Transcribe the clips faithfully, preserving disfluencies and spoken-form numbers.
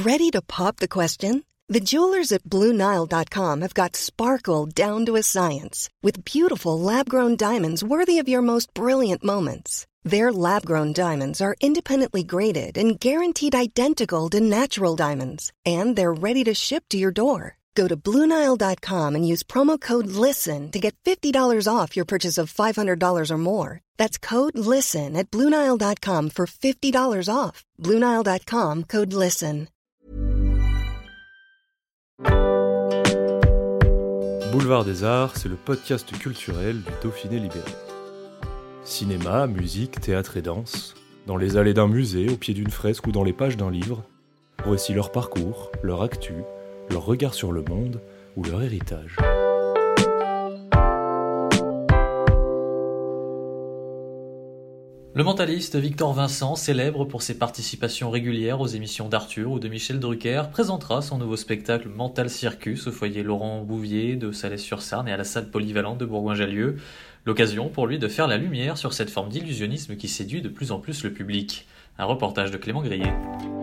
Ready to pop the question? The jewelers at Blue Nile dot com have got sparkle down to a science with beautiful lab-grown diamonds worthy of your most brilliant moments. Their lab-grown diamonds are independently graded and guaranteed identical to natural diamonds, and they're ready to ship to your door. Go to Blue Nile dot com and use promo code LISTEN to get fifty dollars off your purchase of five hundred dollars or more. That's code LISTEN at Blue Nile dot com for fifty dollars off. Blue Nile dot com, code LISTEN. Boulevard des Arts, c'est le podcast culturel du Dauphiné libéré. Cinéma, musique, théâtre et danse, dans les allées d'un musée, au pied d'une fresque ou dans les pages d'un livre, voici leur parcours, leur actu, leur regard sur le monde ou leur héritage. Le mentaliste Victor Vincent, célèbre pour ses participations régulières aux émissions d'Arthur ou de Michel Drucker, présentera son nouveau spectacle Mental Circus au foyer Laurent Bouvier de Salles-sur-Sarthe et à la salle polyvalente de Bourgoin-Jallieu. L'occasion pour lui de faire la lumière sur cette forme d'illusionnisme qui séduit de plus en plus le public. Un reportage de Clément Grillet.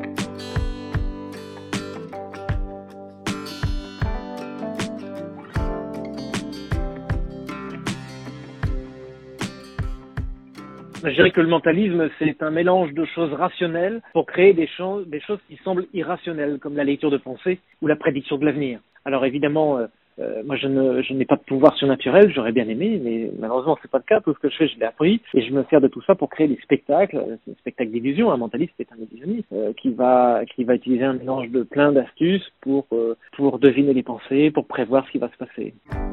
Je dirais que le mentalisme, c'est un mélange de choses rationnelles pour créer des, cho- des choses qui semblent irrationnelles, comme la lecture de pensée ou la prédiction de l'avenir. Alors évidemment, euh, euh, moi je, ne, je n'ai pas de pouvoir surnaturel, j'aurais bien aimé, mais malheureusement c'est pas le cas. Tout ce que je fais, je l'ai appris, et je me sers de tout ça pour créer des spectacles. C'est un spectacle d'illusion. Un mentaliste, c'est un illusionniste euh, qui va qui va utiliser un mélange de plein d'astuces pour euh, pour deviner les pensées, pour prévoir ce qui va se passer.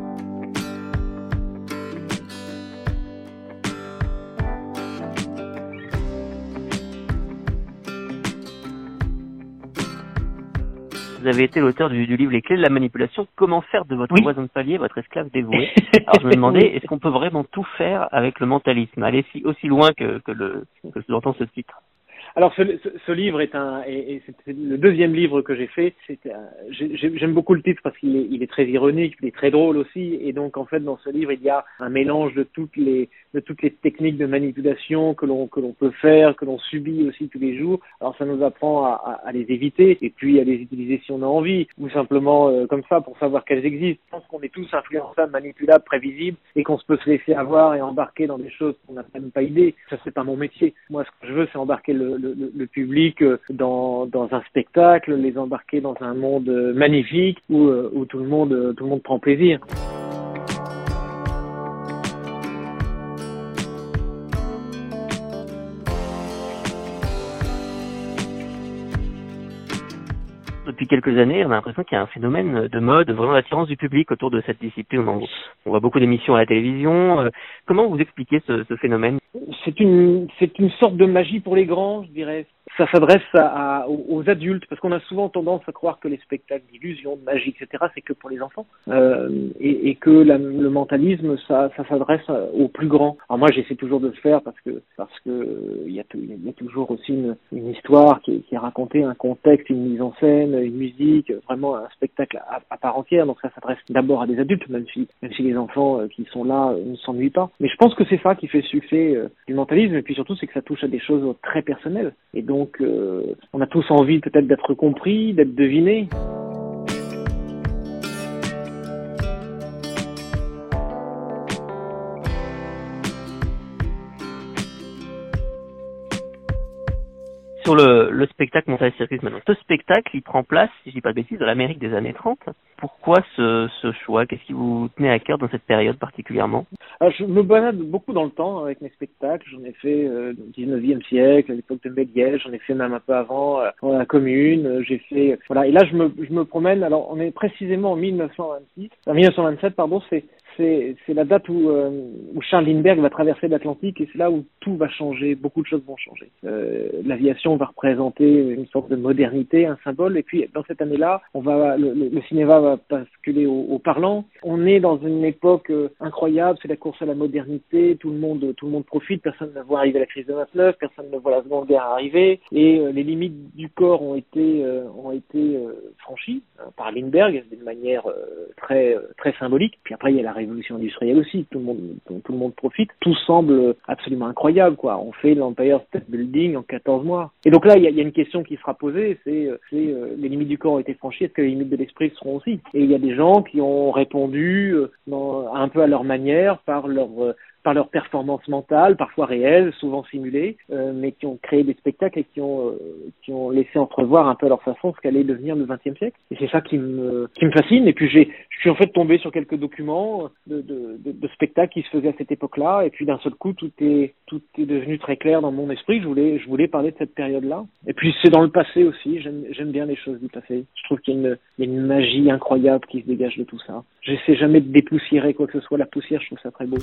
Vous avez été l'auteur du, du livre Les clés de la manipulation. Comment faire de votre oui. voisin de palier votre esclave dévoué? Alors je me demandais, est-ce qu'on peut vraiment tout faire avec le mentalisme, aller si, aussi loin que, que le que sous-entend ce titre? Alors ce, ce, ce livre est un, et, et c'est le deuxième livre que j'ai fait. C'est un, j'ai, j'aime beaucoup le titre parce qu'il est, il est très ironique, il est très drôle aussi. Et donc en fait dans ce livre il y a un mélange de toutes les, de toutes les techniques de manipulation que l'on que l'on peut faire, que l'on subit aussi tous les jours. Alors ça nous apprend à, à, à les éviter et puis à les utiliser si on a envie, ou simplement euh, comme ça pour savoir qu'elles existent. Je pense qu'on est tous influençables, manipulables, prévisibles, et qu'on se peut se laisser avoir et embarquer dans des choses qu'on n'a même pas idée. Ça c'est pas mon métier. Moi ce que je veux c'est embarquer le, le Le, le public dans, dans un spectacle, les embarquer dans un monde magnifique où, où tout le monde, tout le monde prend plaisir. Depuis quelques années, on a l'impression qu'il y a un phénomène de mode, vraiment d'attirance du public autour de cette discipline. On, on voit beaucoup d'émissions à la télévision. Comment vous expliquez ce, ce phénomène? C'est une, c'est une sorte de magie pour les grands, je dirais. Ça s'adresse à, à, aux adultes, parce qu'on a souvent tendance à croire que les spectacles d'illusion, de magie, et cetera, c'est que pour les enfants, euh, et, et que la, le mentalisme, ça, ça s'adresse aux plus grands. Alors moi, j'essaie toujours de le faire parce que parce que il y a, il y a toujours aussi une, une histoire qui est, qui est racontée, un contexte, une mise en scène, une musique, vraiment un spectacle à, à part entière. Donc ça s'adresse d'abord à des adultes, même si même si les enfants euh, qui sont là euh, ne s'ennuient pas. Mais je pense que c'est ça qui fait le succès euh, du mentalisme, et puis surtout c'est que ça touche à des choses très personnelles. Et donc Donc, euh, on a tous envie peut-être d'être compris, d'être devinés. Sur le, le spectacle Mental Circus maintenant. Ce spectacle, il prend place, si je dis pas de bêtises, dans l'Amérique des années trente. Pourquoi ce, ce choix? Qu'est-ce qui vous tenait à cœur dans cette période particulièrement? Alors, je me balade beaucoup dans le temps avec mes spectacles. J'en ai fait euh, au dix-neuvième siècle, à l'époque de Méliès. J'en ai fait même un peu avant, euh, dans la Commune. J'ai fait, voilà. Et là, je me, je me promène. Alors, on est précisément en mille neuf cent vingt-six, en mille neuf cent vingt-sept, pardon. C'est C'est, c'est la date où, euh, où Charles Lindbergh va traverser l'Atlantique, et c'est là où tout va changer, beaucoup de choses vont changer. Euh, l'aviation va représenter une sorte de modernité, un symbole, et puis dans cette année-là, on va, le, le cinéma va basculer au, au parlant. On est dans une époque euh, incroyable, c'est la course à la modernité, tout le monde, tout le monde profite, personne ne voit arriver la crise de vingt-neuf, personne ne voit la Seconde Guerre arriver, et euh, les limites du corps ont été, euh, ont été euh, franchie hein, par Lindbergh d'une manière euh, très très symbolique. Puis après il y a la révolution industrielle aussi, tout le monde tout, tout le monde profite. Tout semble absolument incroyable quoi. On fait l'Empire State Building en quatorze mois. Et donc là il y a, il y a une question qui sera posée, c'est, c'est euh, les limites du corps ont été franchies, est-ce que les limites de l'esprit le seront aussi? Et il y a des gens qui ont répondu euh, dans, un peu à leur manière par leur euh, par leur performance mentale, parfois réelle, souvent simulée, euh, mais qui ont créé des spectacles et qui ont euh, qui ont laissé entrevoir un peu à leur façon ce qu'allait devenir le vingtième siècle. Et c'est ça qui me qui me fascine. Et puis j'ai je suis en fait tombé sur quelques documents de de, de, de spectacles qui se faisaient à cette époque-là. Et puis d'un seul coup tout est tout est devenu très clair dans mon esprit. Je voulais je voulais parler de cette période-là. Et puis c'est dans le passé aussi. J'aime j'aime bien les choses du passé. Je trouve qu'il y a une il y a une magie incroyable qui se dégage de tout ça. J'essaie jamais de dépoussiérer quoi que ce soit. La poussière, je trouve ça très beau.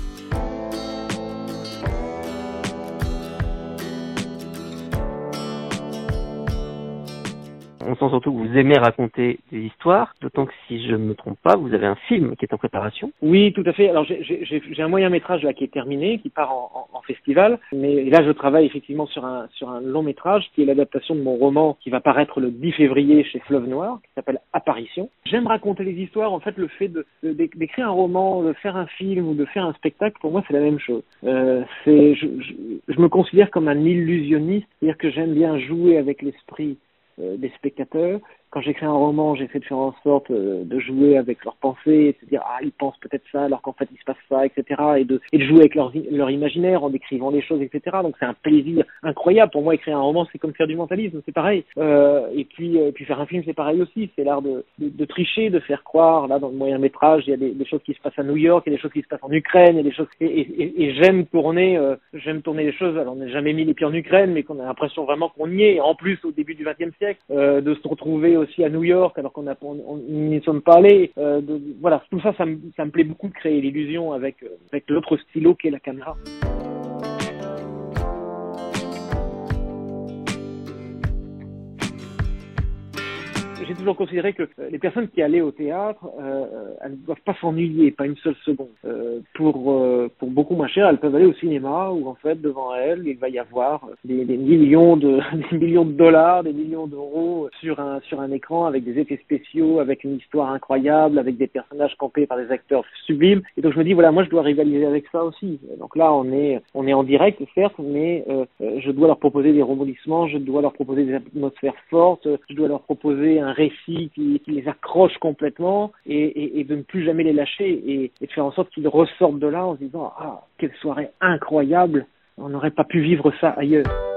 On sent surtout que vous aimez raconter des histoires, d'autant que si je ne me trompe pas, vous avez un film qui est en préparation. Oui, tout à fait. Alors j'ai, j'ai, j'ai un moyen métrage là qui est terminé, qui part en, en, en festival, mais là je travaille effectivement sur un sur un long métrage qui est l'adaptation de mon roman qui va paraître le dix février chez Fleuve Noir, qui s'appelle Apparition. J'aime raconter les histoires. En fait, le fait de, de d'écrire un roman, de faire un film ou de faire un spectacle, pour moi c'est la même chose. Euh, c'est je, je, je me considère comme un illusionniste, c'est-à-dire que j'aime bien jouer avec l'esprit Euh, des spectateurs. Quand j'écris un roman, j'essaie de faire en sorte euh, de jouer avec leurs pensées, et de se dire ah ils pensent peut-être ça alors qu'en fait il se passe ça, et cetera. Et de et de jouer avec leur leur imaginaire en décrivant les choses, et cetera. Donc c'est un plaisir incroyable pour moi. Écrire un roman, c'est comme faire du mentalisme, c'est pareil. Euh, et puis euh, et puis faire un film, c'est pareil aussi. C'est l'art de, de de tricher, de faire croire. Là dans le moyen métrage, il y a des, des choses qui se passent à New York, il y a des choses qui se passent en Ukraine, il y a des choses et, et, et j'aime tourner euh, j'aime tourner les choses. Alors on n'a jamais mis les pieds en Ukraine, mais qu'on a l'impression vraiment qu'on y est. En plus au début du vingtième siècle, euh, de se retrouver aussi à New York alors qu'on a on n'y sommes pas allés. Euh, de, voilà, tout ça, ça me, ça me plaît beaucoup de créer l'illusion avec avec l'autre stylo qu'est la caméra. J'ai toujours considéré que les personnes qui allaient au théâtre, euh, elles ne doivent pas s'ennuyer, pas une seule seconde. Euh, pour euh, pour beaucoup moins cher, elles peuvent aller au cinéma où en fait devant elles il va y avoir des, des millions de des millions de dollars, des millions d'euros sur un sur un écran avec des effets spéciaux, avec une histoire incroyable, avec des personnages campés par des acteurs sublimes. Et donc je me dis voilà, moi je dois rivaliser avec ça aussi. Donc là on est on est en direct certes, mais euh, je dois leur proposer des rebondissements, je dois leur proposer des atmosphères fortes, je dois leur proposer un récit qui, qui les accroche complètement et, et, et de ne plus jamais les lâcher et, et de faire en sorte qu'ils ressortent de là en se disant ah quelle soirée incroyable, on n'aurait pas pu vivre ça ailleurs.